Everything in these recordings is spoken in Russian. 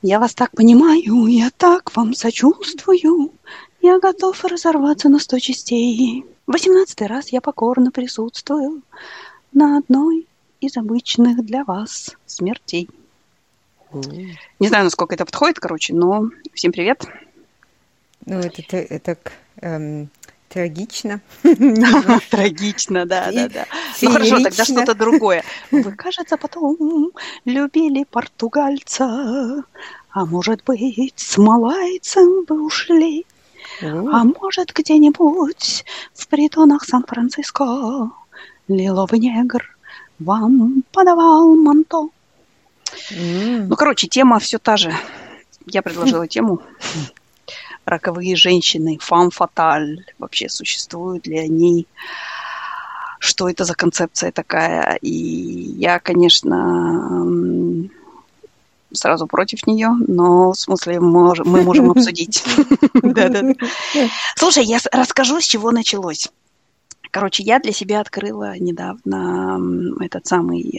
Я вас так понимаю, я так вам сочувствую. Я готов разорваться на 100 частей. 18-й раз я покорно присутствую на одной из обычных для вас смертей. Не знаю, насколько это подходит, но всем привет. Ну, это так трагично. Трагично, да. Ну хорошо, тогда что-то другое. Вы, кажется, потом любили португальца, а может быть, с малайцем вы ушли, а может, где-нибудь в притонах Сан-Франциско лиловый негр вам подавал манто. Ну, короче, тема все та же. Я предложила тему. Роковые женщины, фам фаталь, вообще существуют ли они? Что это за концепция такая? И я, конечно, сразу против нее, но в смысле мы можем обсудить. Да. Слушай, я расскажу, с чего началось. Короче, я для себя открыла недавно этот самый...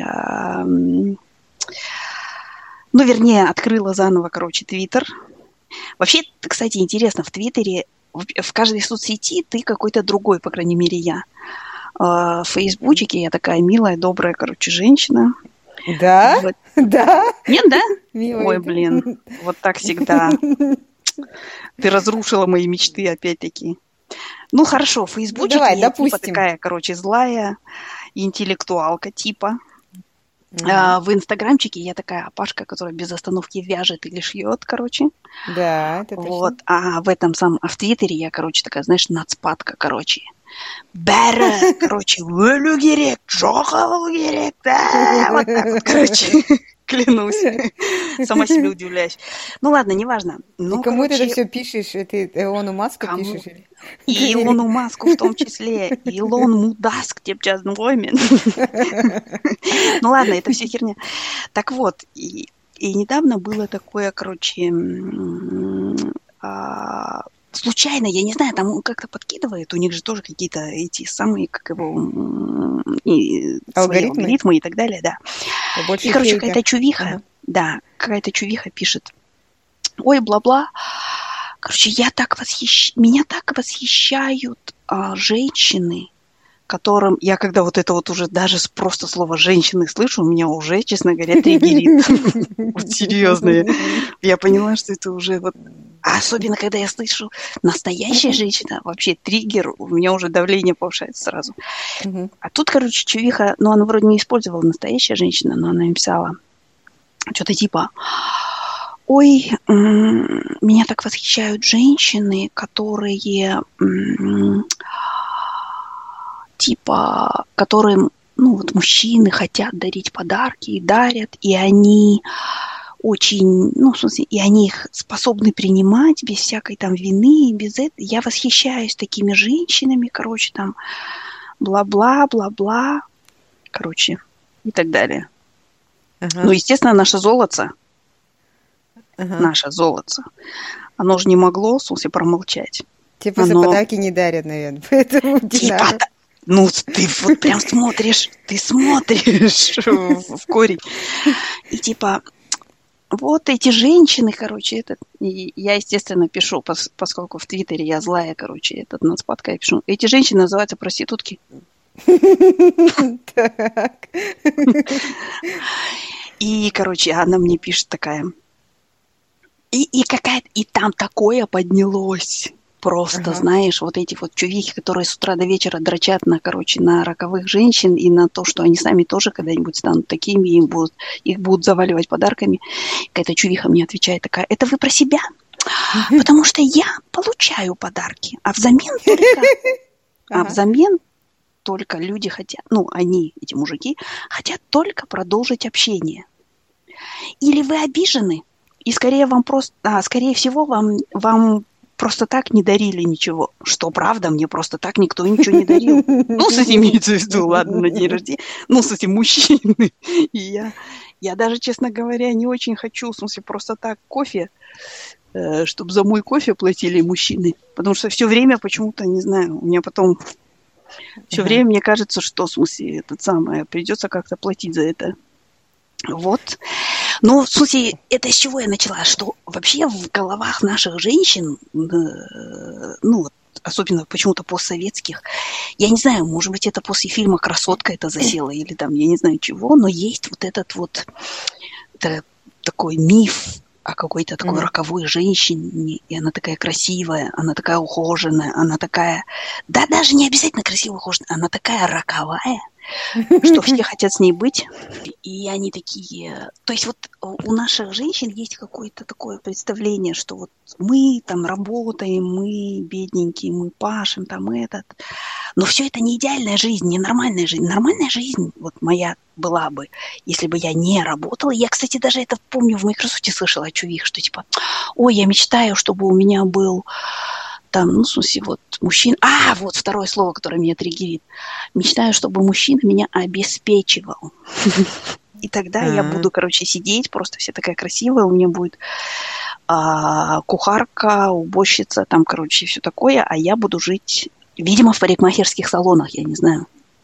открыла заново, Твиттер. Вообще, кстати, интересно, в Твиттере, в каждой соцсети ты какой-то другой, по крайней мере, я. В Фейсбучике я такая милая, добрая, женщина. Да? Да? Нет, да? Милая. Ой, блин, вот так всегда. Ты разрушила мои мечты опять-таки. Ну, хорошо, в Фейсбучике давай, я допустим. Такая, злая интеллектуалка типа. В Инстаграмчике я такая опашка, которая без остановки вяжет или шьет, Да, это вот. точно. А в Твиттере я, такая, знаешь, нацпадка, Бәрі, өлу керек, жоқ алу керек, да, вот так вот, клянусь. Сама себе удивляюсь. Ну ладно, неважно. И кому ты это все пишешь? Ты Илону Маску пишешь? И Илону Маску в том числе. Илон Мудаск, Тепчазнвоймен. Ну ладно, это все херня. Так вот, и недавно было такое, случайно, я не знаю, там он как-то подкидывает, у них же тоже какие-то эти самые, алгоритмы и так далее, да. Побольше и, какая-то чувиха, какая-то чувиха пишет, ой, бла-бла, меня так восхищают женщины, которым, я когда вот это вот уже даже просто слово «женщины» слышу, меня уже, честно говоря, триггерит. Вот серьезно. Я поняла, что это уже вот... Особенно, когда я слышу «настоящая женщина», вообще триггер, у меня уже давление повышается сразу. А тут, чувиха, она вроде не использовала «настоящая женщина», но она написала что-то типа «Ой, меня так восхищают женщины, которые... которым, мужчины хотят дарить подарки и дарят, и они очень, и они их способны принимать без всякой там вины, без этого. Я восхищаюсь такими женщинами, бла-бла, бла-бла, и так далее. Ну, естественно, наше золото, оно же не могло, промолчать. Тебе просто подарки не дарят, наверное, поэтому не надо. Ну, ты вот прям смотришь в корень. И вот эти женщины, и я, естественно, пишу, поскольку в Твиттере я злая, этот нацпадка, я пишу, эти женщины называются проститутки. Так. И, она мне пишет такая, и там такое поднялось. Просто, знаешь, вот эти вот чувихи, которые с утра до вечера дрочат на роковых женщин и на то, что они сами тоже когда-нибудь станут такими, их будут заваливать подарками. Какая-то чувиха мне отвечает такая, это вы про себя? Потому что я получаю подарки, а взамен только люди хотят, они, эти мужики, хотят только продолжить общение. Или вы обижены, и скорее всего, вам просто так не дарили ничего. Что правда, мне просто так никто ничего не дарил. Имеется в виду, ладно, на день рождения. Мужчины. И я даже, честно говоря, не очень хочу, просто так кофе, чтобы за мой кофе платили мужчины. Потому что все время почему-то, не знаю, у меня потом... Все время мне кажется, что, придется как-то платить за это. Вот. Ну, в смысле, это с чего я начала? Что вообще в головах наших женщин, ну, особенно почему-то постсоветских, я не знаю, может быть, это после фильма «Красотка» это засело, или там, я не знаю чего, но есть вот этот вот такой миф о какой-то такой роковой женщине, и она такая красивая, она такая ухоженная, она такая... Да, даже не обязательно красивая, ухоженная, она такая роковая, что все хотят с ней быть, и они такие... То есть вот у наших женщин есть какое-то такое представление, что вот мы там работаем, мы бедненькие, мы пашем, там этот... Но все это не идеальная жизнь, не нормальная жизнь. Нормальная жизнь вот моя была бы, если бы я не работала. Я, кстати, даже это помню в Microsoft слышала о чувих, что типа, ой, я мечтаю, чтобы у меня был там, ну, в смысле, вот мужчина... вот второе слово, которое меня триггерит. Мечтаю, чтобы мужчина меня обеспечивал. И тогда я буду, короче, сидеть, просто вся такая красивая, у меня будет кухарка, уборщица, там, короче, все такое, а я буду жить... Видимо, в парикмахерских салонах, я не знаю.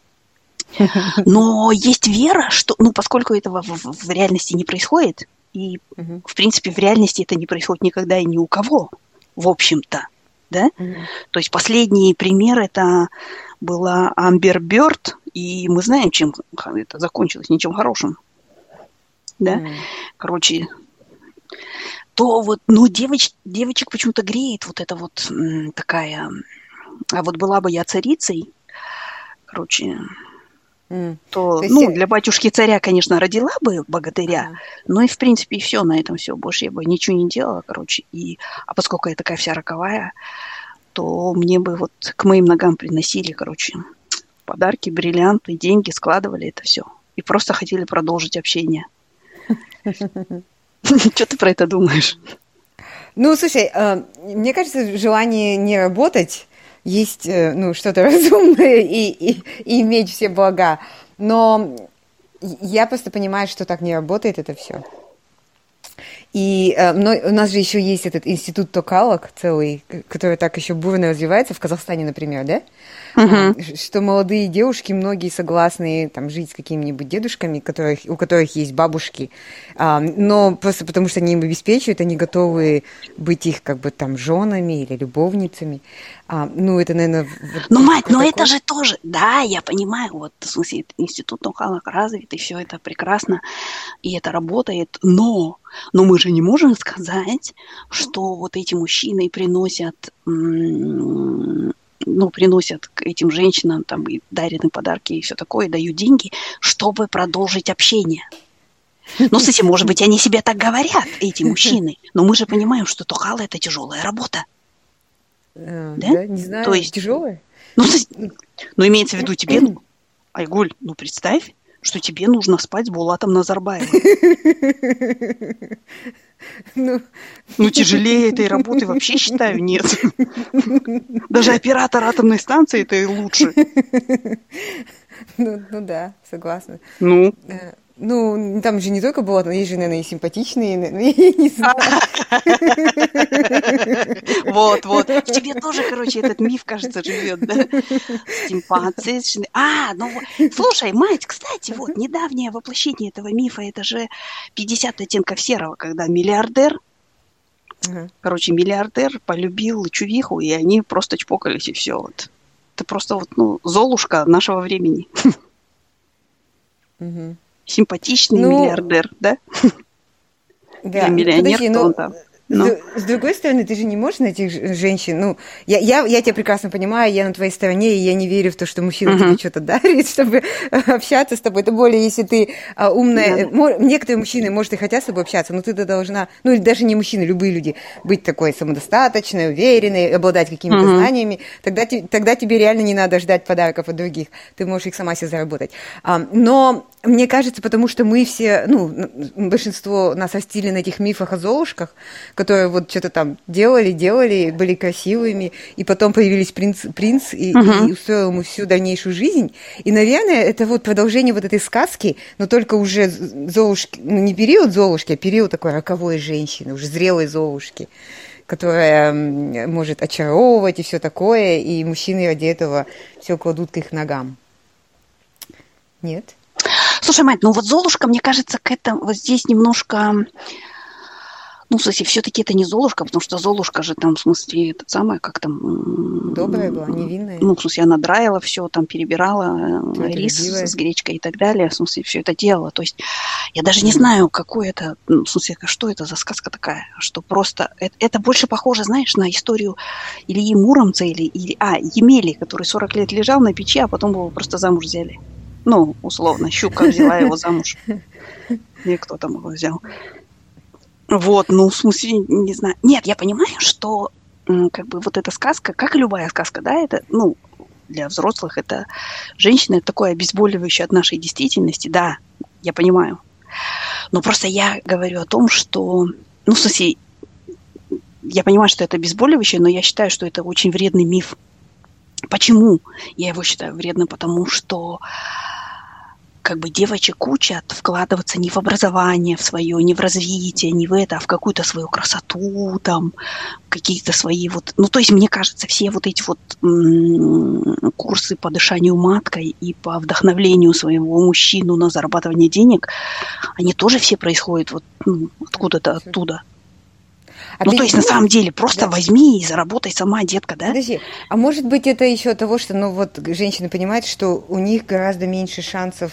Но есть вера, что, ну, поскольку этого в реальности не происходит, и, в принципе, в реальности это не происходит никогда и ни у кого, в общем-то, да? То есть последний пример это была Амбер Бёрд, и мы знаем, чем это закончилось, ничем хорошим, да? Короче, то вот, ну, девочек почему-то греет вот эта вот такая... А вот была бы я царицей, короче, то есть, ну, для батюшки царя, конечно, родила бы богатыря, но и, в принципе, и все, на этом все. Больше я бы ничего не делала, короче. А поскольку я такая вся роковая, то мне бы вот к моим ногам приносили, короче, подарки, бриллианты, деньги, складывали это все. И просто хотели продолжить общение. Что ты про это думаешь? Ну, слушай, мне кажется, желание не работать есть, ну, что-то разумное и иметь все блага. Но я просто понимаю, что так не работает это все. И у нас же еще есть этот институт токалок целый, который так еще бурно развивается в Казахстане, например, да? Что молодые девушки, многие согласны там, жить с какими-нибудь дедушками, у которых есть бабушки, но просто потому, что они им обеспечивают, они готовы быть их как бы там женами или любовницами. Ну, это, наверное... Ну, мать, но это же тоже... Да, я понимаю, вот, в смысле, институт токалок развит, и все это прекрасно, и это работает, но мы же не можем сказать, что вот эти мужчины приносят к этим женщинам там и дарят им подарки и все такое, дают деньги, чтобы продолжить общение. Ну, кстати, может быть, они себе так говорят, эти мужчины, но мы же понимаем, что токала – это тяжелая работа. Да? Не знаю, то есть, тяжелая? Ну, имеется в виду тебе, Айгуль, ну, представь, что тебе нужно спать с Булатом Назарбаевым. Ну, тяжелее этой работы вообще, считаю, нет. Даже оператор атомной станции это и лучше. Ну да, согласна. Ну? Ну, там же не только Булат, но есть же, наверное, и симпатичные, ну, я не знаю. Вот. В тебе тоже, короче, этот миф, кажется, живет, да? Симпатичный. Ну, слушай, мать, кстати, вот, недавнее воплощение этого мифа, это же 50 оттенков серого, когда миллиардер, миллиардер полюбил чувиху, и они просто чпокались, и все. Вот. Это просто вот, ну, Золушка нашего времени. Симпатичный миллиардер, да? Да, или миллионер, подожди, кто он там. С другой стороны, ты же не можешь найти женщин. Ну, я тебя прекрасно понимаю, я на твоей стороне, и я не верю в то, что мужчина тебе что-то дарит, чтобы общаться с тобой. Тем более, если ты умная. Некоторые мужчины, может, и хотят с тобой общаться, но ты должна, ну, или даже не мужчины, любые люди, быть такой самодостаточной, уверенной, обладать какими-то знаниями. Тогда тебе реально не надо ждать подарков от других. Ты можешь их сама себе заработать. Но мне кажется, потому что мы все, ну, большинство нас растили на этих мифах о Золушках, которые вот что-то там делали, были красивыми, и потом появились принц и устроил ему всю дальнейшую жизнь. И, наверное, это вот продолжение вот этой сказки, но только уже Золушки, ну, не период Золушки, а период такой роковой женщины, уже зрелой Золушки, которая может очаровывать и все такое, и мужчины ради этого все кладут к их ногам. Нет? Слушай, мать, ну вот Золушка, мне кажется, к этому вот здесь немножко... Ну, в смысле, все-таки это не Золушка, потому что Золушка же там, в смысле, этот самый, как там... Добрая была, невинная. Ну, в смысле, она драила все, там перебирала рис Трудолюбивая. с гречкой и так далее, в смысле, все это делала. То есть я даже не знаю, какой это, в смысле, что это за сказка такая, что просто... Это больше похоже, знаешь, на историю Ильи Муромца или Емели, который 40 лет лежал на печи, а потом его просто замуж взяли. Ну, условно, щука взяла его замуж. И кто там его взял? Вот, ну, в смысле, не знаю. Нет, я понимаю, что как бы вот эта сказка, как и любая сказка, да, это, ну, для взрослых это женщина, это такое обезболивающее от нашей действительности, да, я понимаю. Но просто я говорю о том, что, ну, в смысле, я понимаю, что это обезболивающее, но я считаю, что это очень вредный миф. Почему я его считаю вредным? Потому что как бы девочек учат вкладываться не в образование в свое, не в развитие, не в это, а в какую-то свою красоту, там, какие-то свои вот... Ну, то есть, мне кажется, все вот эти вот курсы по дышанию маткой и по вдохновлению своего мужчину на зарабатывание денег, они тоже все происходят вот откуда-то оттуда. Ну, то есть, на самом деле, просто возьми и заработай сама, детка, да? Подожди, а может быть, это еще от того, что, ну, вот, женщины понимают, что у них гораздо меньше шансов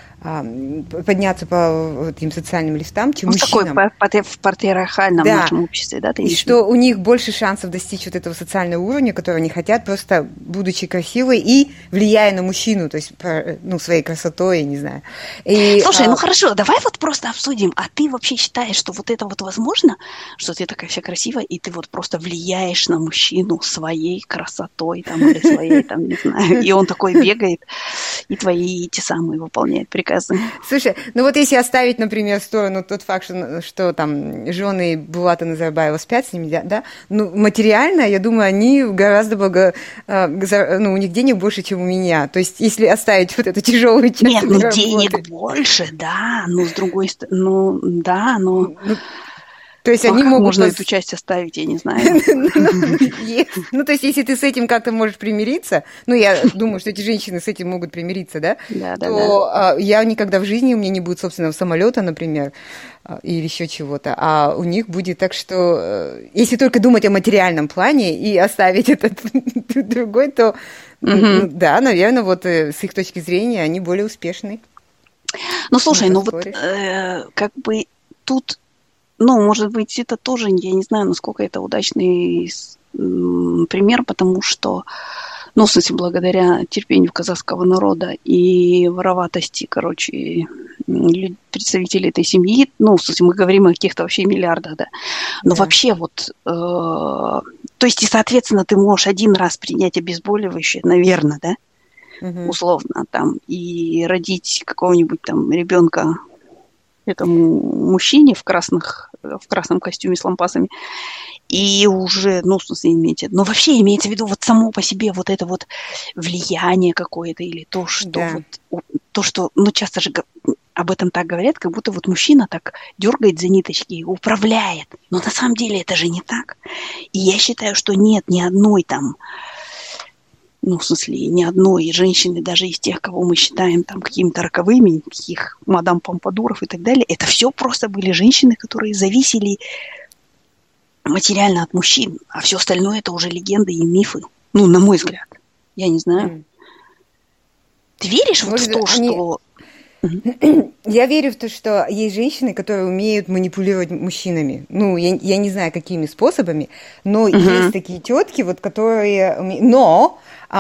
подняться по этим социальным лифтам, чем мужчинам. Такой в патриархальном нашем обществе, да? И что у них больше шансов достичь вот этого социального уровня, который они хотят, просто будучи красивой и влияя на мужчину, то есть, ну, своей красотой, я не знаю. Слушай, ну хорошо, давай вот просто обсудим. А ты вообще считаешь, что вот это вот возможно, что ты такая вся красивая, и ты вот просто влияешь на мужчину своей красотой, там, или своей, там, не знаю, и он такой бегает, и твои эти самые выполняет приказы. Слушай, ну вот если оставить, например, в сторону тот факт, что там жены Булата Назарбаева спят с ними, да, ну, материально, я думаю, они гораздо ну, у них денег больше, чем у меня. То есть, если оставить вот эту тяжелую часть... Нет, ну, денег больше, да, но с другой стороны, ну, да, но... То есть они могут... можно эту часть оставить, я не знаю. Ну, то есть, если ты с этим как-то можешь примириться, ну, я думаю, что эти женщины с этим могут примириться, да? То я никогда в жизни, у меня не будет собственного самолета, например, или еще чего-то, а у них будет так, что если только думать о материальном плане и оставить этот другой, то, да, наверное, вот с их точки зрения они более успешны. Ну, слушай, ну вот как бы тут... Ну, может быть, это тоже, я не знаю, насколько это удачный пример, потому что, ну, в смысле, благодаря терпению казахского народа и вороватости, короче, представителей этой семьи, ну, в смысле, мы говорим о каких-то вообще миллиардах, да, но вообще вот, то есть, и, соответственно, ты можешь один раз принять обезболивающее, наверное, да, условно, там, и родить какого-нибудь там ребенка этому мужчине в красном костюме с лампасами, и уже, ну, в смысле, но вообще имеется в виду вот само по себе вот это вот влияние какое-то, или то, что ну, часто же об этом так говорят, как будто вот мужчина так дергает за ниточки и управляет, но на самом деле это же не так. И я считаю, что нет ни одной там, ну, в смысле, ни одной женщины, даже из тех, кого мы считаем там какими-то роковыми, никаких мадам Помпадуров и так далее, это все просто были женщины, которые зависели материально от мужчин, а все остальное это уже легенды и мифы. Ну, на мой взгляд. Я не знаю. Ты веришь вот в то, что... Я верю в то, что есть женщины, которые умеют манипулировать мужчинами. Ну, я не знаю, какими способами, но есть такие тетки, вот, которые... Но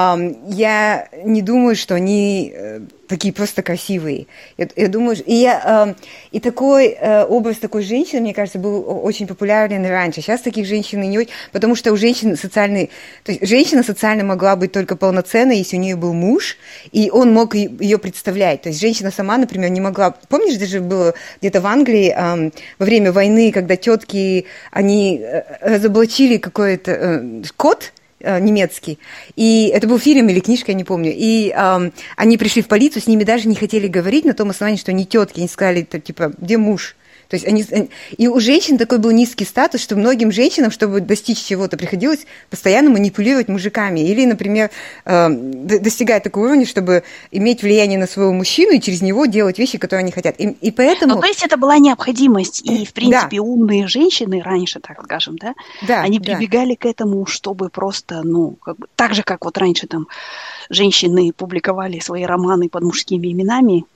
я не думаю, что они такие просто красивые. Я думаю, и такой образ такой женщины, мне кажется, был очень популярен раньше. Сейчас таких женщин не очень, потому что у женщин социальный... То есть женщина социально могла быть только полноценной, если у нее был муж, и он мог ее представлять. То есть женщина сама, например, не могла... Помнишь, даже было где-то в Англии во время войны, когда тетки, они разоблачили какой-то код немецкий, и это был фильм или книжка, я не помню, и они пришли в полицию, с ними даже не хотели говорить на том основании, что они тетки, они сказали, типа, где муж? То есть и у женщин такой был низкий статус, что многим женщинам, чтобы достичь чего-то, приходилось постоянно манипулировать мужиками. Или, например, достигать такого уровня, чтобы иметь влияние на своего мужчину и через него делать вещи, которые они хотят. И поэтому... Ну, то есть это была необходимость. И, в принципе, умные женщины раньше, так скажем, они прибегали к этому, чтобы просто, так же, как вот раньше там женщины публиковали свои романы под мужскими именами,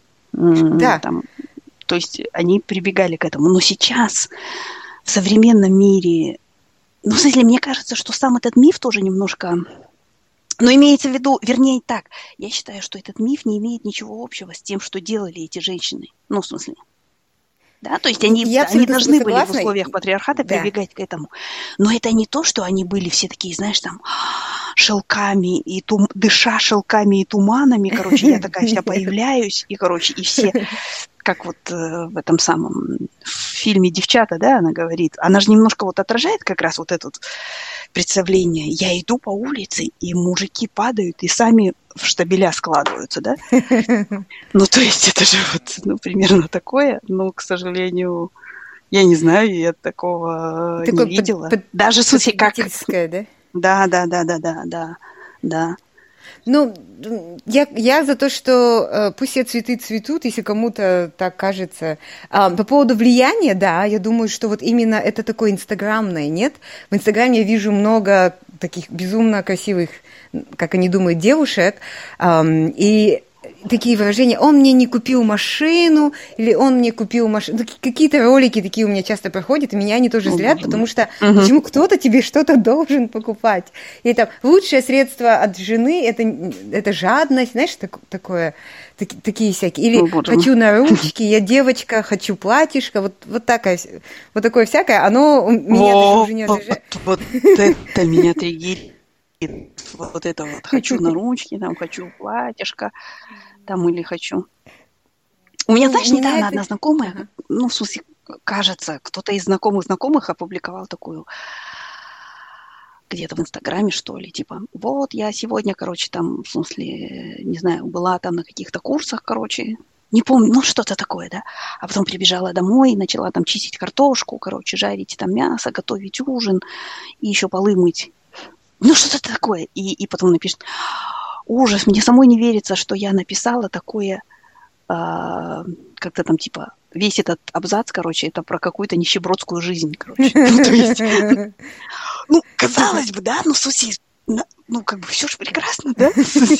то есть они прибегали к этому. Но сейчас в современном мире, в смысле, мне кажется, что сам этот миф тоже немножко... Но имеется в виду, вернее так, я считаю, что этот миф не имеет ничего общего с тем, что делали эти женщины. В смысле... Да, то есть они должны были в условиях патриархата прибегать к этому. Но это не то, что они были все такие, знаешь, там, шелками, дыша шелками и туманами, я такая вся появляюсь, и все, как вот в этом самом в фильме «Девчата», она говорит, она же немножко отражает как раз вот это представление. Я иду по улице, и мужики падают, и сами в штабеля складываются, да? То есть это же примерно такое, но, к сожалению, я не знаю, я такого не видела. Даже в смысле как... Да. Я за то, что пусть все цветы цветут, если кому-то так кажется. По поводу влияния, я думаю, что вот именно это такое инстаграмное, нет? В Инстаграме я вижу много таких безумно красивых, как они думают, девушек, и такие выражения: он мне не купил машину, или он мне купил машину. Какие-то ролики такие у меня часто проходят, и меня они тоже злят, потому что почему кто-то тебе что-то должен покупать? И там лучшее средство от жены это жадность, знаешь, такое, такие всякие. Или хочу на ручки, я девочка, хочу платьишко, вот такое всякое, оно меня даже уже не отражает. Вот это меня триггерит. Вот это вот хочу на ручки, там хочу платьишко, там или хочу. У меня, знаешь, недавно одна знакомая, в смысле, кажется, кто-то из знакомых опубликовал такую где-то в Инстаграме, что ли, типа, вот я сегодня, там, в смысле, не знаю, была там на каких-то курсах, не помню, что-то такое, да, а потом прибежала домой и начала там чистить картошку, жарить там мясо, готовить ужин и еще полы мыть. Что-то такое. И потом напишет: ужас, мне самой не верится, что я написала такое, как-то там, типа, весь этот абзац, это про какую-то нищебродскую жизнь, То есть, казалось бы, да, в смысле, все же прекрасно, да?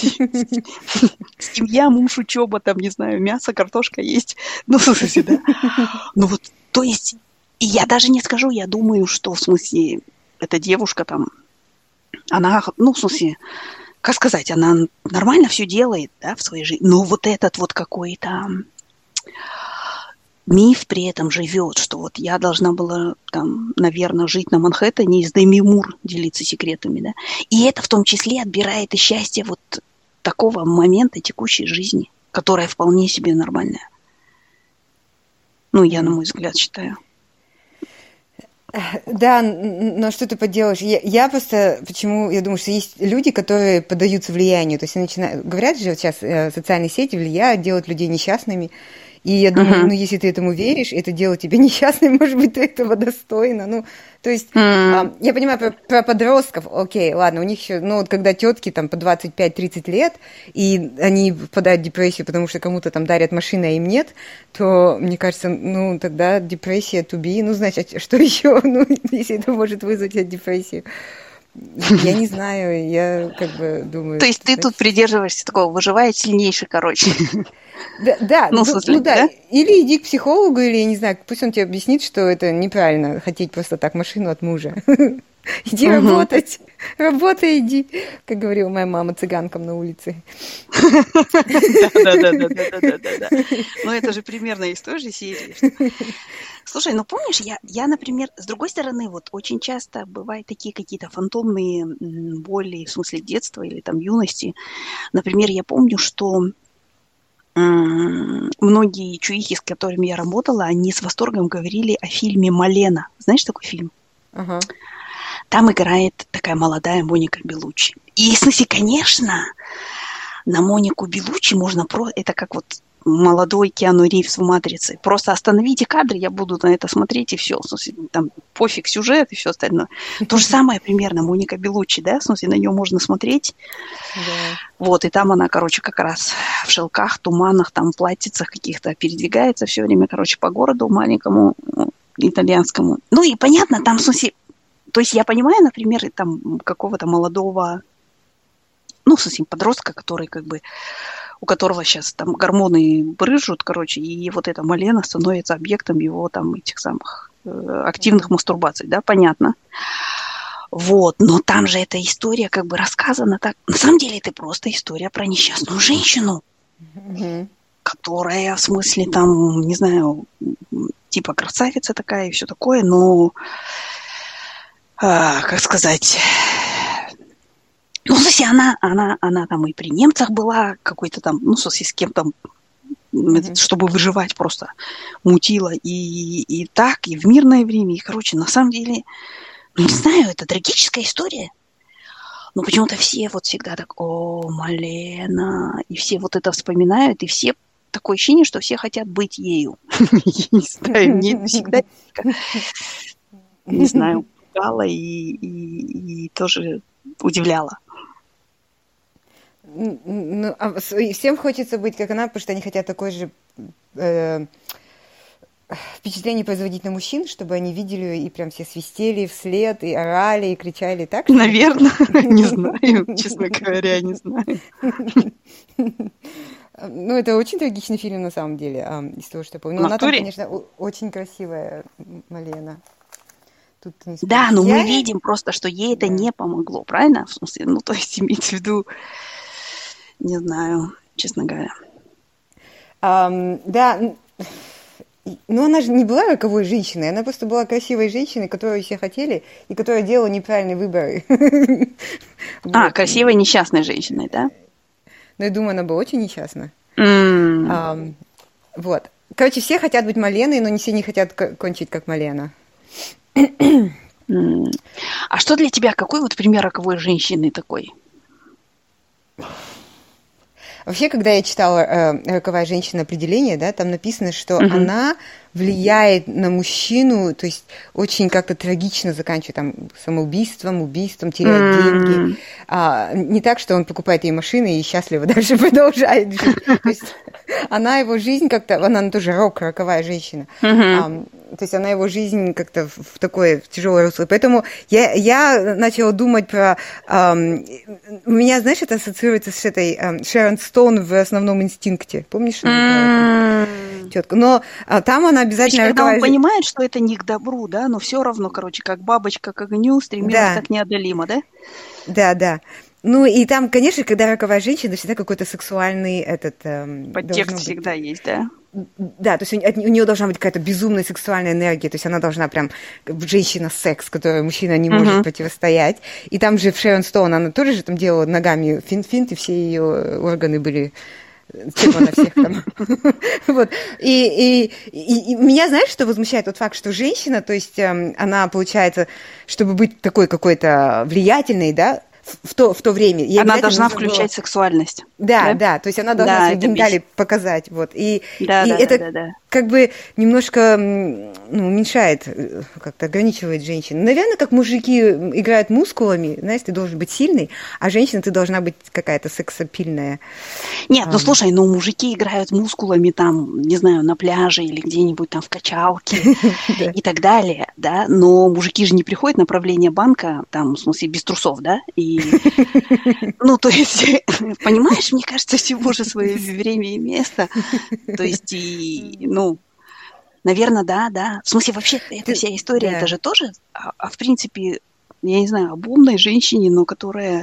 Семья, муж, учеба, там, не знаю, мясо, картошка есть. В смысле, да? То есть, и я даже не скажу, я думаю, что, в смысле, эта девушка там, она, в смысле, как сказать, она нормально все делает, да, в своей жизни, но вот этот вот какой-то миф при этом живет, что я должна была там, наверное, жить на Манхэттене и с Деми Мур делиться секретами, да, и это в том числе отбирает и счастье такого момента текущей жизни, которая вполне себе нормальная. Я, на мой взгляд, считаю. Да, но что ты поделаешь? Я просто, почему, я думаю, что есть люди, которые поддаются влиянию, то есть говорят же сейчас, социальные сети влияют, делают людей несчастными, и я думаю, если ты этому веришь, это делает тебя несчастным, может быть, ты этого достойна, то есть, я понимаю про подростков, окей, ладно, у них еще, когда тетки там по 25-30 лет, и они впадают в депрессию, потому что кому-то там дарят машины, а им нет, то, мне кажется, тогда депрессия to be, значит, что еще, если это может вызвать депрессию? Я не знаю, я думаю... То есть ты тут придерживаешься такого, выживает сильнейший, Да, да. Или иди к психологу, или, я не знаю, пусть он тебе объяснит, что это неправильно, хотеть просто так машину от мужа. Иди работать, работай, иди, как говорила моя мама цыганкам на улице. Да. Но это же примерно из той же серии. Слушай, помнишь, я, например, с другой стороны, очень часто бывают такие какие-то фантомные боли, в смысле детства или там юности. Например, я помню, что многие чуихи, с которыми я работала, они с восторгом говорили о фильме «Малена». Знаешь такой фильм? Ага. Там играет такая молодая Моника Беллуччи. И, в смысле, конечно, на Монику Беллуччи можно это как молодой Киану Ривз в «Матрице». Просто остановите кадр, я буду на это смотреть, и все. В смысле, там пофиг сюжет и все остальное. То же самое примерно Моника Беллуччи, да, в смысле, на нее можно смотреть. Да. Вот, и там она, короче, как раз в шелках, туманах, там, платьицах каких-то передвигается все время, короче, по городу маленькому, итальянскому. Ну и понятно, там, в смысле, то есть я понимаю, например, там какого-то молодого, ну, в смысле, подростка, который как бы, у которого сейчас там гормоны брызжут, короче, и вот эта Малена становится объектом его там этих самых активных мастурбаций, да, понятно. Вот, но там же эта история как бы рассказана так. На самом деле это просто история про несчастную женщину, которая, в смысле, там, не знаю, типа красавица такая и все такое, но, как сказать... Ну, в смысле, она там и при немцах была, какой-то там, ну, в смысле, с кем-то, чтобы выживать, просто мутила и так, и в мирное время. И, короче, на самом деле, ну, не знаю, это трагическая история. Но почему-то все вот всегда так, о, Малена, и все вот это вспоминают, и все, такое ощущение, что все хотят быть ею. Не знаю, мне всегда, не знаю, пугало и тоже удивляло. Ну, всем хочется быть как она, потому что они хотят такое же впечатление производить на мужчин, чтобы они видели ее и прям все свистели вслед, и орали, и кричали, так? Наверное, не знаю, честно говоря, не знаю. Ну, это очень трагичный фильм на самом деле, из того, что я помню. Но она там, конечно, очень красивая, Малена. Тут да, но мы видим просто, что ей это не помогло, правильно? В смысле, ну, то есть имеется в виду, не знаю, честно говоря. Да, но она же не была роковой женщиной, она просто была красивой женщиной, которую все хотели, и которая делала неправильные выборы. Красивой несчастной женщиной, да? Ну, я думаю, она была очень несчастна. Вот. Короче, все хотят быть Маленой, но не все не хотят кончить как Малена. А что для тебя, какой вот пример роковой женщины такой? Вообще, когда я читала «Роковая женщина» определение, да, там написано, что она влияет на мужчину, то есть очень как-то трагично заканчивает там самоубийством, убийством, теряет деньги. Не так, что он покупает ей машины и счастливо дальше продолжает жить. То есть она его жизнь как-то, она тоже роковая женщина. То есть она его жизнь как-то в такое в тяжелое русло. Поэтому я начала думать про... У меня, знаешь, это ассоциируется с этой Шерон Стоун в «Основном инстинкте». Помнишь? Четко. Но там она обязательно... Когда он понимает, что это не к добру, да, но все равно, короче, как бабочка к огню стремилась так неодолимо, да? Да, да. Ну, и там, конечно, когда роковая женщина, всегда какой-то сексуальный подтекст всегда есть, да? Да, то есть у нее должна быть какая-то безумная сексуальная энергия, то есть она должна прям женщина-секс, которой мужчина не может противостоять. И там же в Шерон Стоун она тоже же там делала ногами финт, и все ее органы были... Типа на всех там. Вот. И меня, знаешь, что возмущает? Тот факт, что женщина, то есть она, получается, чтобы быть такой какой-то влиятельной, да, в то время. Она должна включать сексуальность. Да, то есть она должна свои гениталии показать. Вот. И это как бы немножко уменьшает, как-то ограничивает женщин. Наверное, как мужики играют мускулами, знаешь, ты должен быть сильный, а женщина ты должна быть какая-то сексапильная. Нет, ну слушай, мужики играют мускулами там, не знаю, на пляже или где-нибудь там в качалке и так далее, да, но мужики же не приходят на правление банка, там, в смысле, без трусов, да, и, ну, то есть, понимаешь, мне кажется, всего же свое время и место, то есть, наверное, да. В смысле, вообще, эта вся история, это же тоже, в принципе, я не знаю, об умной женщине, но которая,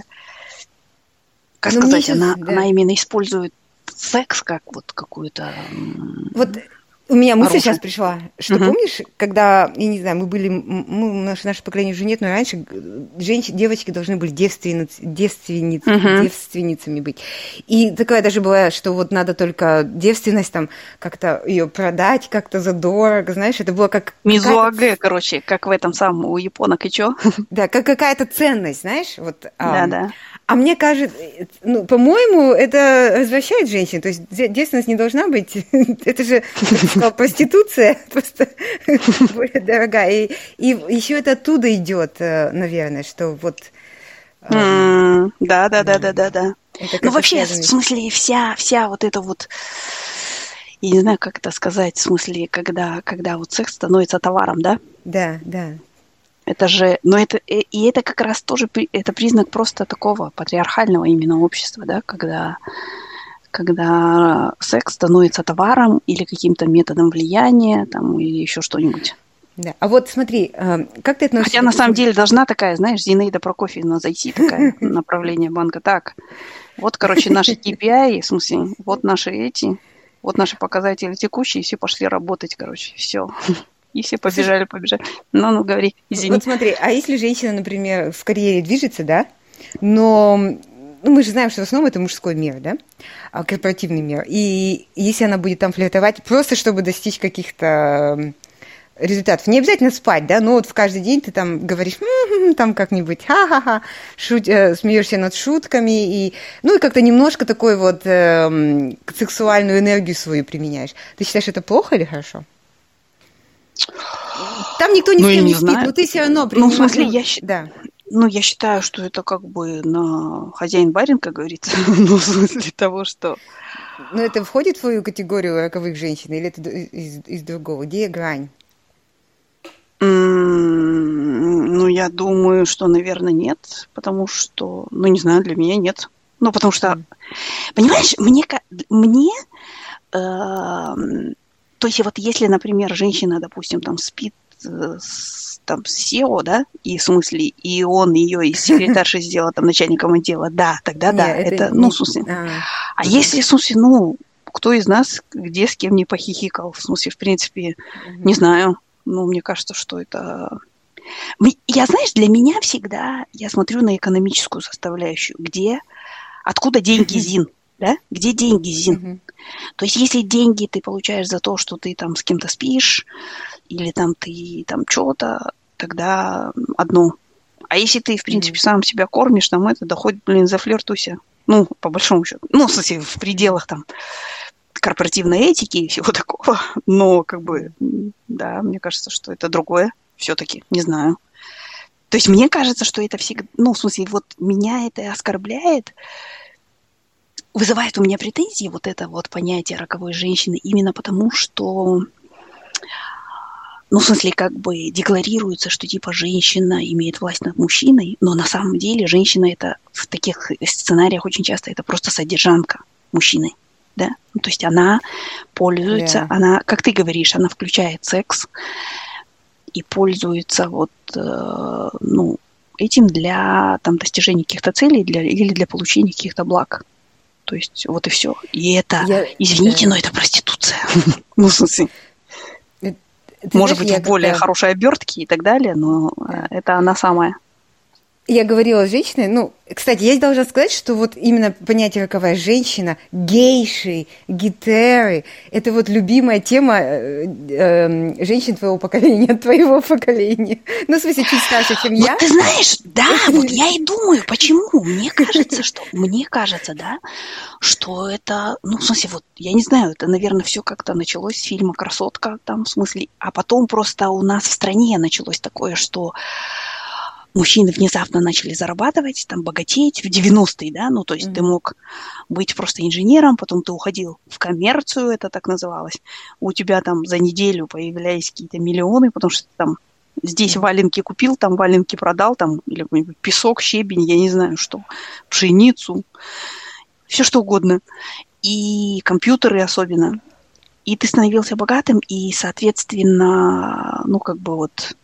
как сказать, она именно использует секс как вот какую-то... Вот У меня мысль сейчас оружие. пришла, что помнишь, когда, я не знаю, наше поколение уже нет, но раньше девочки должны были девственницами быть. И такая даже была, что вот надо только девственность там как-то ее продать, как-то задорого, знаешь, это было как... Мизуаге, короче, как в этом самом у японок и чё? Да, как какая-то ценность, знаешь, вот... Да. А мне кажется, ну, по-моему, это развращает женщин. То есть девственность не должна быть. Это же, как ты сказал, проституция просто более дорогая. И еще это оттуда идет, наверное, что вот... Да. Ну, вообще, в смысле, вся вот эта вот... Я не знаю, как это сказать, в смысле, когда вот секс становится товаром, да? Да. Это же, но это как раз тоже, это признак просто такого патриархального именно общества, да, когда секс становится товаром или каким-то методом влияния, там, или еще что-нибудь. Да. А вот смотри, как ты относишься... Хотя на самом деле должна такая, знаешь, Зинаида Прокофьевна зайти, такая направление банка. Так, вот, короче, наши KPI, в смысле, вот наши показатели текущие, все пошли работать, короче, все. И все побежали. Ну, говори, извини. Вот смотри, а если женщина, например, в карьере движется, да, но мы же знаем, что в основном это мужской мир, да, корпоративный мир, и если она будет там флиртовать, просто чтобы достичь каких-то результатов, не обязательно спать, да, но вот в каждый день ты там говоришь, там как-нибудь, ха-ха-ха, смеешься над шутками, и как-то немножко такой вот сексуальную энергию свою применяешь. Ты считаешь, это плохо или хорошо? Там никто ни с кем не спит, но ты все равно принимаешь. Ну, в смысле, я считаю, что это как бы на хозяин-барин, как говорится, ну, в смысле того, что... Но это входит в твою категорию роковых женщин, или это из другого? Где грань? Ну, я думаю, что, наверное, нет, потому что, ну, не знаю, для меня нет. Ну, потому что, понимаешь, мне то есть вот если, например, женщина, допустим, там спит с SEO, да, и в смысле, и он ее из секретарши сделал там начальником отдела, да, тогда да, это ну, в смысле. А если, в смысле, ну, кто из нас где с кем не похихикал, в смысле, в принципе, не знаю, ну, мне кажется, что это... Я, знаешь, для меня всегда, я смотрю на экономическую составляющую, откуда деньги, Зин, да, где деньги, Зин. То есть, если деньги ты получаешь за то, что ты там с кем-то спишь, или там ты там что-то, тогда одно. А если ты, в принципе, сам себя кормишь, там это доходит, за флиртуся. Ну, по большому счету. Ну, в смысле, в пределах там корпоративной этики и всего такого. Но, как бы, да, мне кажется, что это другое все-таки. Не знаю. То есть, мне кажется, что это всегда... Ну, в смысле, вот меня это оскорбляет, вызывает у меня претензии вот это вот понятие роковой женщины именно потому, что, ну, в смысле, как бы декларируется, что типа женщина имеет власть над мужчиной, но на самом деле женщина это в таких сценариях очень часто это просто содержанка мужчины, да? Ну, то есть она пользуется, она, как ты говоришь, она включает секс и пользуется вот, ну, этим для там достижения каких-то целей или для получения каких-то благ. То есть вот и все. И это, извините, но это проституция. Ну, в смысле, может быть, в более хорошей обертке и так далее, но это она самая. Я говорила с женщиной, ну, кстати, я должна сказать, что вот именно понятие роковая женщина, гейши, гетеры, это вот любимая тема женщин твоего поколения, твоего поколения. Ну, в смысле, чуть старше, чем я. Вот ты знаешь, да, вот я и думаю, почему. Мне кажется, да, что это, ну, в смысле, вот, я не знаю, это, наверное, все как-то началось с фильма «Красотка», там, в смысле, а потом просто у нас в стране началось такое, что мужчины внезапно начали зарабатывать, там, богатеть в 90-е, да, ну, то есть ты мог быть просто инженером, потом ты уходил в коммерцию, это так называлось, у тебя там за неделю появлялись какие-то миллионы, потому что ты там здесь валенки купил, там валенки продал, там, или какой-нибудь песок, щебень, я не знаю что, пшеницу, все что угодно, и компьютеры особенно, и ты становился богатым, и, соответственно, ну, как бы вот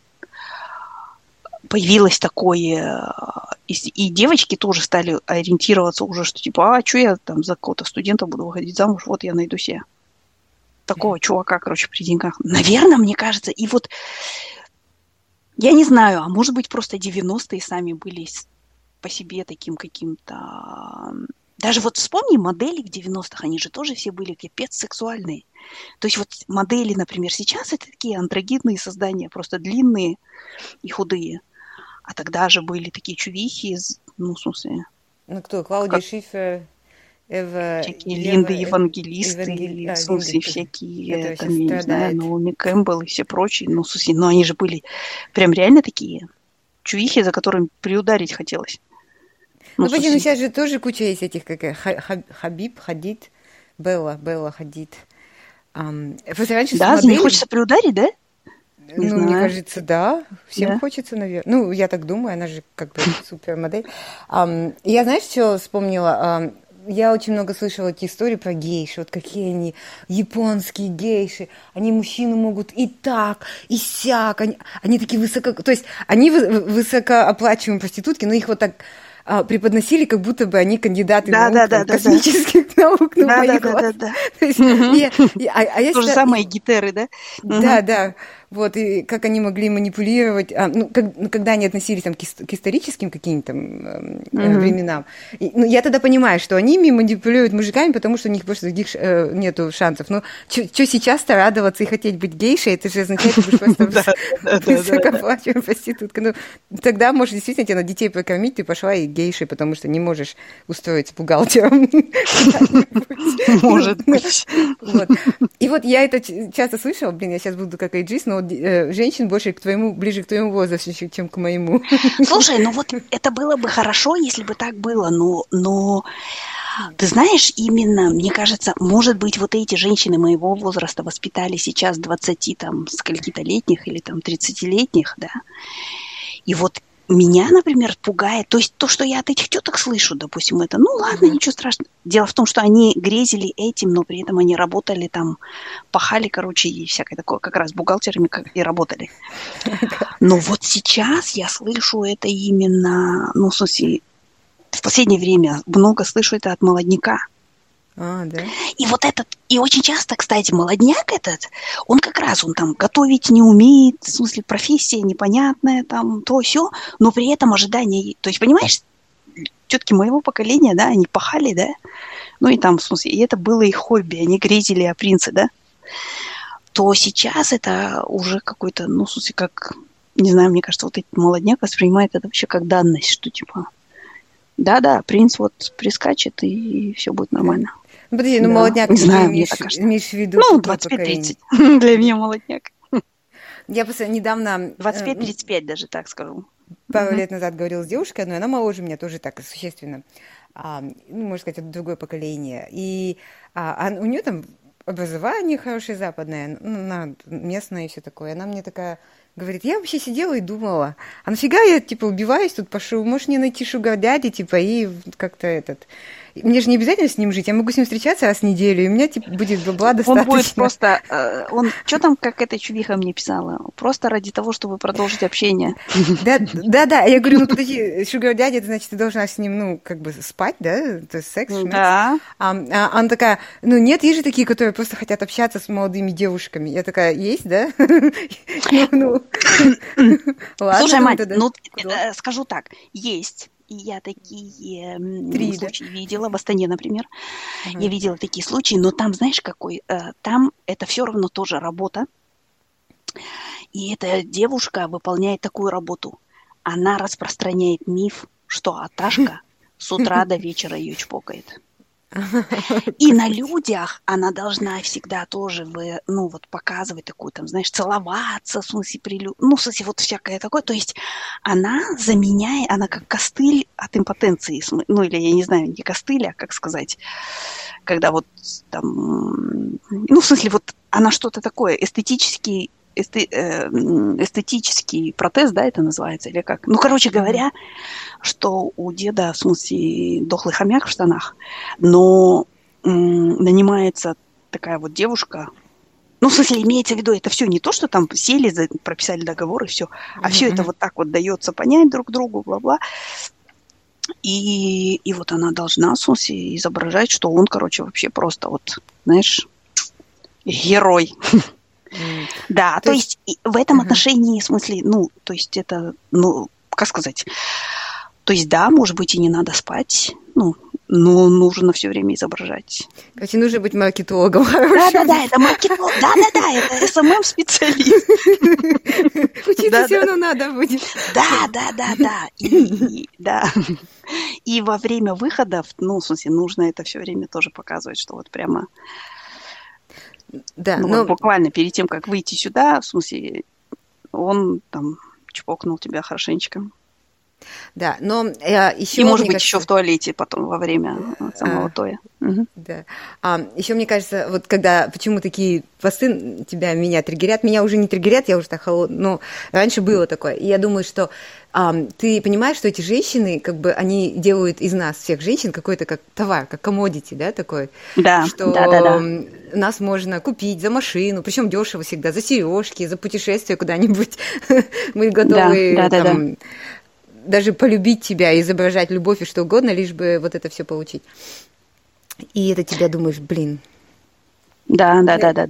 появилось такое, и девочки тоже стали ориентироваться уже, что типа, а что я там за какого-то студента буду выходить замуж, вот я найду себе такого чувака, короче, при деньгах. Наверное, мне кажется, и вот, я не знаю, а может быть, просто 90-е сами были по себе таким каким-то... Даже вот вспомни модели в 90-х, они же тоже все были капец сексуальные. То есть вот модели, например, сейчас это такие андрогинные создания, просто длинные и худые. А тогда же были такие чувихи, ну, в смысле... Ну, кто? Клаудия Шифер, Эва... Всякие Линды, евангелисты, в смысле, всякие, там, я не знаю, Наоми Кэмпбелл и все прочие. Ну, в смысле, но они же были прям реально такие чувихи, за которыми приударить хотелось. Ну, подожди, сейчас же тоже куча есть этих, как Хабиб, Хадид, Белла Хадид. Просто раньше да, за них хочется приударить, да? Не знаю. Мне кажется, да. Всем хочется, наверное. Ну, я так думаю, она же как бы супермодель. Я, знаешь, что вспомнила? Я очень много слышала эти истории про гейши. Вот какие они японские гейши. Они мужчину могут и так, и сяк. Они такие высоко... То есть они высокооплачиваемые проститутки, но их вот так... преподносили, как будто бы они кандидаты наук, космических наук, ну, моих глаз. То же самое гитеры, да? Да. Вот, и как они могли манипулировать, когда они относились там, к историческим каким-то временам. Я тогда понимаю, что они ими манипулируют мужиками, потому что у них просто других нету шансов. Но что сейчас-то радоваться и хотеть быть гейшей, это же означает, что ты будешь просто высокооплачиваемая проститутка. Ну, тогда, может, действительно тебя на детей покормить, ты пошла и гейшей, потому что не можешь устроиться бухгалтером. Может быть. И вот я это часто слышала, я сейчас буду как эйджист, но женщин больше ближе к твоему возрасту, чем к моему. Слушай, ну вот это было бы хорошо, если бы так было, но ты знаешь, именно, мне кажется, может быть, вот эти женщины моего возраста воспитали сейчас 20 там скольки-то летних или там 30-летних, да, и вот меня, например, пугает, то есть то, что я от этих теток слышу, допустим, это, ну ладно, ничего страшного. Дело в том, что они грезили этим, но при этом они работали там, пахали, короче, и всякое такое, как раз бухгалтерами и работали. Но вот сейчас я слышу это именно, ну, в смысле, в последнее время много слышу это от молодняка. Да. И вот этот, и очень часто, кстати, молодняк этот, он как раз, он там готовить не умеет, в смысле профессия непонятная, там то сё, но при этом ожидания, то есть, понимаешь, тетки моего поколения, да, они пахали, да, ну и там, в смысле, и это было их хобби, они грезили о принце, да, то сейчас это уже какой-то, ну, в смысле, как, не знаю, мне кажется, вот этот молодняк воспринимает это вообще как данность, что типа, да, принц вот прискачет, и все будет нормально. Ну, подожди, молодняк, не знаю, мне так кажется. Имеешь в виду? Ну, 25-30 для меня молодняк. Я просто недавно... 25-35 даже, так скажу. Пару лет назад говорила с девушкой одной, она моложе меня тоже так существенно. Ну, можно сказать, это другое поколение. И у нее там образование хорошее западное, она местная и все такое. Она мне такая... Говорит, я вообще сидела и думала, а нафига я, типа, убиваюсь тут, пошу, можешь мне найти шугар-дяди, типа, и как-то этот... Мне же не обязательно с ним жить, я могу с ним встречаться раз в неделю, и у меня, типа, будет бабла достаточно. Он будет просто... Что там, как эта чувиха мне писала? Просто ради того, чтобы продолжить общение. Да, я говорю, ну, подожди, шугар-дяди, это значит, ты должна с ним, ну, как бы спать, да? То есть секс, шмекс. Да. Она такая, ну, нет, есть же такие, которые просто хотят общаться с молодыми девушками. Я такая, есть, да? Слушай, мать, ну, скажу так, есть. И я такие случаи видела в Астане, например. Я видела такие случаи, но там, знаешь, какой? Там это все равно тоже работа. И эта девушка выполняет такую работу. Она распространяет миф, что Аташка с утра до вечера ее чпокает. И на людях она должна всегда тоже, ну, вот показывать такую, там, знаешь, целоваться, в смысле, ну, в смысле, вот всякое такое. То есть она заменяет, она как костыль от импотенции, ну, или, я не знаю, не костыль, а как сказать, когда вот там, ну, в смысле, вот она что-то такое, эстетический протез, да, это называется, или как? Ну, короче говоря, что у деда, в смысле, дохлый хомяк в штанах, но нанимается такая вот девушка, ну, в смысле, имеется в виду, это все не то, что там сели, прописали договор и все, а все это вот так вот дается понять друг другу, бла-бла. И вот она должна, в смысле, изображать, что он, короче, вообще просто вот, знаешь, Герой. Да, то есть в этом отношении, в смысле, то есть это, как сказать, то есть да, может быть, и не надо спать, но нужно все время изображать. Короче, нужно быть маркетологом хорошим. Да, это маркетолог, да, это СММ-специалист. Учиться все равно надо будет. Да. И во время выходов, в смысле, нужно это все время тоже показывать, что вот прямо... Да, вот буквально перед тем, как выйти сюда, в смысле, он там чпокнул тебя хорошенечко. Да, но еще... И, может быть, еще в туалете потом во время самого тоя. Да. Еще, мне кажется, вот когда... Почему такие посты меня триггерят? Меня уже не триггерят, я уже так холодна. Но раньше было такое. И я думаю, что ты понимаешь, что эти женщины, как бы, они делают из нас, всех женщин, какой-то как товар, как commodity, да, такой? Да, что да. Нас можно купить за машину, причем дешево всегда, за сережки, за путешествие куда-нибудь. Мы готовы... даже полюбить тебя, изображать любовь и что угодно, лишь бы вот это все получить. И это тебя думаешь, блин. Да.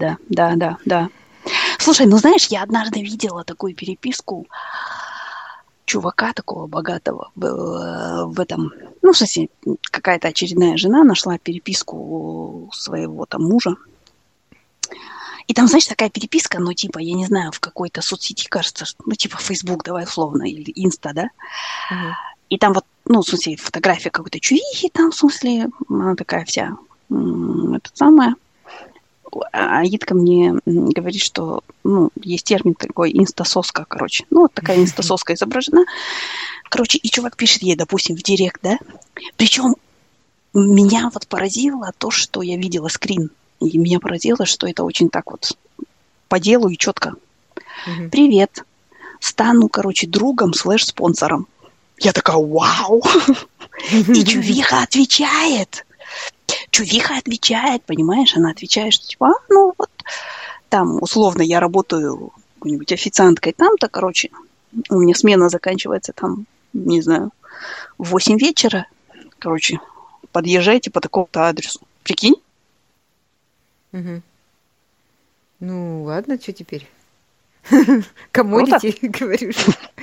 Слушай, знаешь, я однажды видела такую переписку чувака такого богатого в этом... в смысле, какая-то очередная жена нашла переписку своего там мужа. И там, знаешь, такая переписка, я не знаю, в какой-то соцсети, кажется, Facebook, давай условно, или Инста, да? И там вот, в смысле, фотография какой-то чувихи там, в смысле, она такая вся, А Идка мне говорит, что, есть термин такой инстасоска, короче. Вот такая инстасоска изображена. Короче, и чувак пишет ей, допустим, в директ, да? Причем меня вот поразило то, что я видела скрин. И меня поразило, что это очень так вот по делу и четко. Привет. Стану, другом /спонсором. Я такая, вау! И чувиха отвечает, понимаешь? Она отвечает, что там, условно, я работаю какой-нибудь официанткой там-то, у меня смена заканчивается там, не знаю, в 8 вечера. Подъезжайте по такому-то адресу. Прикинь? Ну, ладно, что теперь? Commodity, говоришь.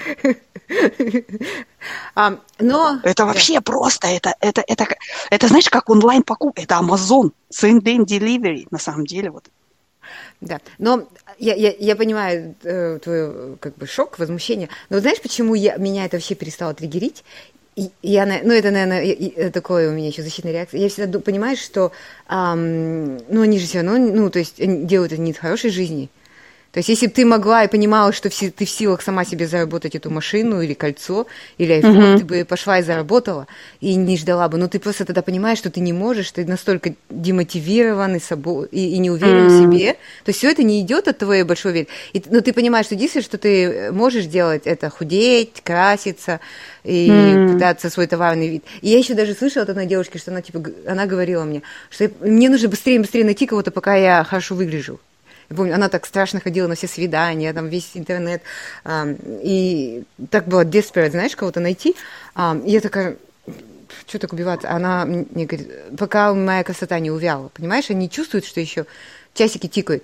Но... Это вообще просто, это знаешь, как онлайн-покупка, это Amazon, same day delivery, на самом деле, вот. Да, но я понимаю твой, шок, возмущение, но знаешь, почему меня это вообще перестало триггерить? Это, наверное, такое у меня еще защитная реакция. Я всегда понимаю, что, они же все равно, то есть они делают это не из хорошей жизни. То есть, если бы ты могла и понимала, что ты в силах сама себе заработать эту машину или кольцо, или айфон, ты бы пошла и заработала, и не ждала бы. Но ты просто тогда понимаешь, что ты не можешь, ты настолько демотивирован и не уверен в себе. То есть, все это не идет от твоей большой веры. Но ты понимаешь, что единственное, что ты можешь делать, это худеть, краситься и пытаться свой товарный вид. И я еще даже слышала от одной девушки, что она говорила мне, что мне нужно быстрее и быстрее найти кого-то, пока я хорошо выгляжу. Я помню, она так страшно ходила на все свидания, там весь интернет, и так было desperate, знаешь, кого-то найти. И я такая, что так убиваться? Она мне говорит, пока моя красота не увяла, понимаешь, они чувствуют, что еще часики тикают.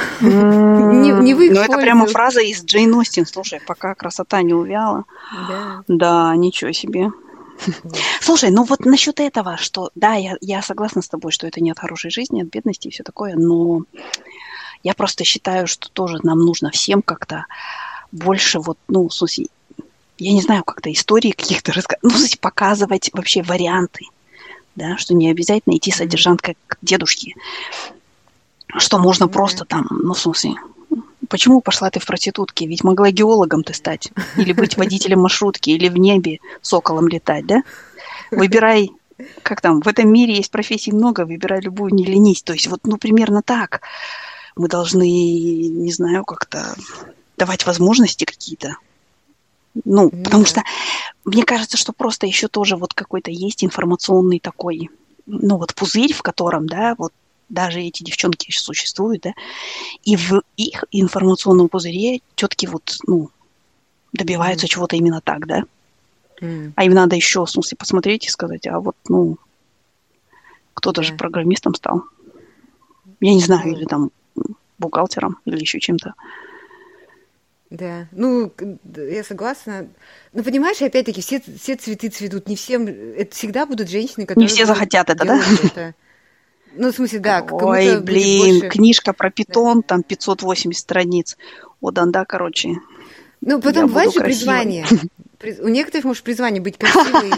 Не в их пользу. Это прямо фраза из Джейн Остин, слушай, пока красота не увяла. Да, ничего себе. Слушай, вот насчет этого, что, да, я согласна с тобой, что это не от хорошей жизни, от бедности и все такое, но... Я просто считаю, что тоже нам нужно всем как-то больше в смысле, я не знаю, как-то истории каких-то рассказывать, в смысле, показывать вообще варианты, да, что не обязательно идти содержанкой к дедушке, что можно просто там, в смысле, почему пошла ты в проститутки, ведь могла геологом ты стать, или быть водителем маршрутки, или в небе соколом летать, да? Выбирай, как там, в этом мире есть профессий много, выбирай любую, не ленись, то есть примерно так. Мы должны, не знаю, как-то давать возможности какие-то. Потому что мне кажется, что просто еще тоже какой-то есть информационный такой, пузырь, в котором, да, даже эти девчонки еще существуют, да, и в их информационном пузыре тетки добиваются чего-то именно так, да. А им надо еще, в смысле, посмотреть и сказать, кто-то же программистом стал. Я не знаю, или там бухгалтером или еще чем-то. Да, ну, я согласна. Но понимаешь, опять-таки, все цветы цветут, не всем, это всегда будут женщины, которые Не все захотят это, да? Это. Ну, в смысле, да, Ой, кому-то блин, будет больше... книжка про питон, Да. там 580 страниц. О, да, короче, Ну, потом я бывает буду же красивой. призвание. У некоторых, может, призвание быть красивой.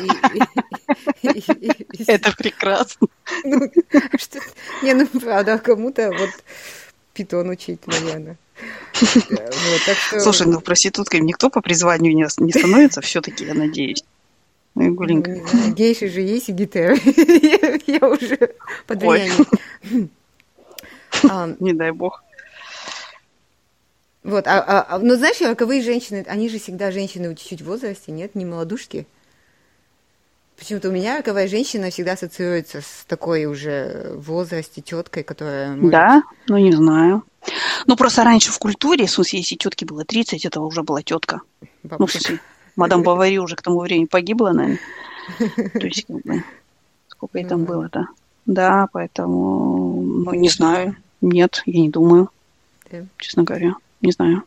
Это прекрасно. Не, ну, правда, кому-то вот питон учить, наверное. Так что... Слушай, ну проституткой никто по призванию не становится, все-таки, я надеюсь. Ну, Игуленька. Не знаю, гейши же есть и гетеры. Я уже под влиянием. Не дай бог. Вот, но знаешь, роковые женщины, они же всегда женщины чуть-чуть в возрасте, нет, не молодушки. Почему-то у меня роковая женщина всегда ассоциируется с такой уже в возрасте теткой, которая может... Да? Ну, не знаю. Ну, просто раньше в культуре, в смысле, если тетке было 30, это уже была тетка. Бабушка. Ну, в смысле, мадам Бавари уже к тому времени погибла, наверное. То есть, как бы, сколько ей там было-то. Да, поэтому, ну, не знаю. Нет, я не думаю. Да. Честно говоря, не знаю.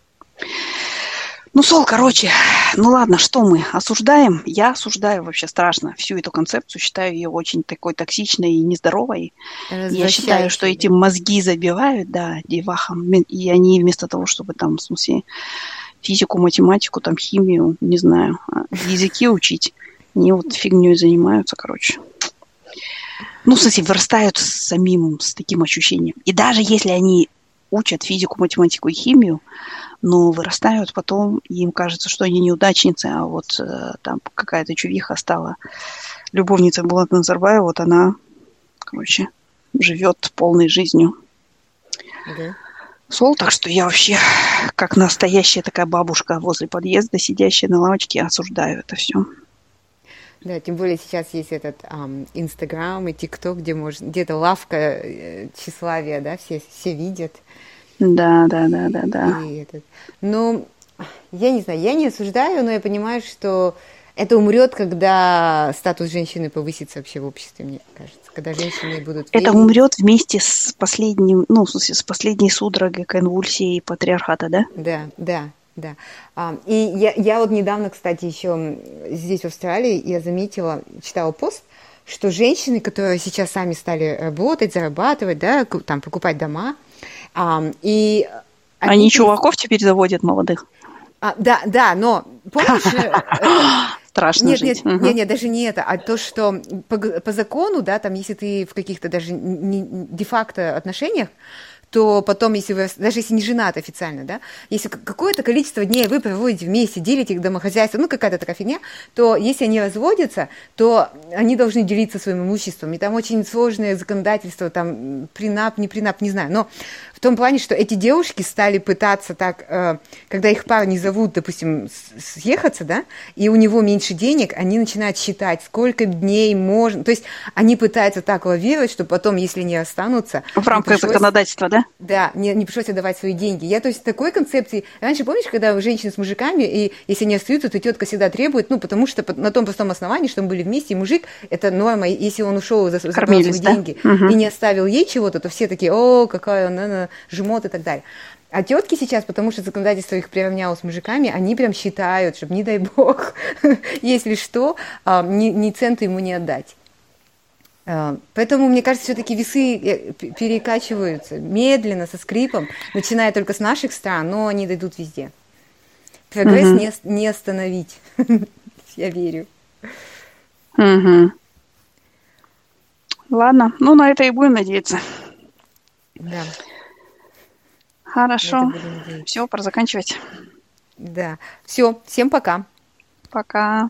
Ну, Сол, короче, ну ладно, что мы осуждаем? Я осуждаю вообще страшно всю эту концепцию, считаю ее очень такой токсичной и нездоровой. Я считаю, что эти мозги забивают, да, девахам, и они вместо того, чтобы там, в смысле, физику, математику, там, химию, не знаю, языки учить, они вот фигней занимаются, короче. Ну, в смысле, вырастают самим с таким ощущением. И даже если они учат физику, математику и химию, но вырастают потом, и им кажется, что они неудачницы, а вот там какая-то чувиха стала любовницей Булата Назарбаева, вот она, короче, живет полной жизнью. Да. Сол, так что я вообще, как настоящая такая бабушка возле подъезда, сидящая на лавочке, осуждаю это все. Да, тем более сейчас есть этот Инстаграм и ТикТок, где можно, где-то лавка тщеславия, да, все видят. Да. Ну, я не знаю, я не осуждаю, но я понимаю, что это умрет, когда статус женщины повысится вообще в обществе, мне кажется. Когда женщины будут... Это умрет вместе с последним, ну, в смысле, с последней судорогой конвульсии патриархата, да? Да. И я вот недавно, кстати, еще здесь, в Австралии, я заметила, читала пост, что женщины, которые сейчас сами стали работать, зарабатывать, да, там, покупать дома, и... Они чуваков теперь заводят молодых? Да, но помнишь... Страшно жить. Нет, даже не это, а то, что по закону, да, там, если ты в каких-то даже де-факто отношениях, то потом, если вы, даже если не женаты официально, да, если какое-то количество дней вы проводите вместе, делите их домохозяйство, ну, какая-то такая фигня, то если они разводятся, то они должны делиться своим имуществом. И там очень сложное законодательство, там, пренап, не знаю. Но в том плане, что эти девушки стали пытаться так, когда их парни зовут, допустим, съехаться, да, и у него меньше денег, они начинают считать, сколько дней можно. То есть они пытаются так лавировать, что потом, если не останутся... В рамках законодательства, да? Да, не пришлось отдавать свои деньги. Я, то есть, такой концепции... Раньше, помнишь, когда женщины с мужиками, и если они остаются, то тетка всегда требует, ну, потому что на том простом основании, что мы были вместе, и мужик, это норма, если он ушел, забрал свои деньги и не оставил ей чего-то, то все такие, о, какая она, жмот и так далее. А тетки сейчас, потому что законодательство их приравняло с мужиками, они прям считают, чтобы, не дай бог, если что, ни цента ему не отдать. Поэтому, мне кажется, все-таки весы перекачиваются медленно, со скрипом, начиная только с наших стран, но они дойдут везде. Прогресс не остановить, я верю. Ладно, ну на это и будем надеяться. Да. Хорошо. Все, пора заканчивать. Да. Все, всем пока. Пока.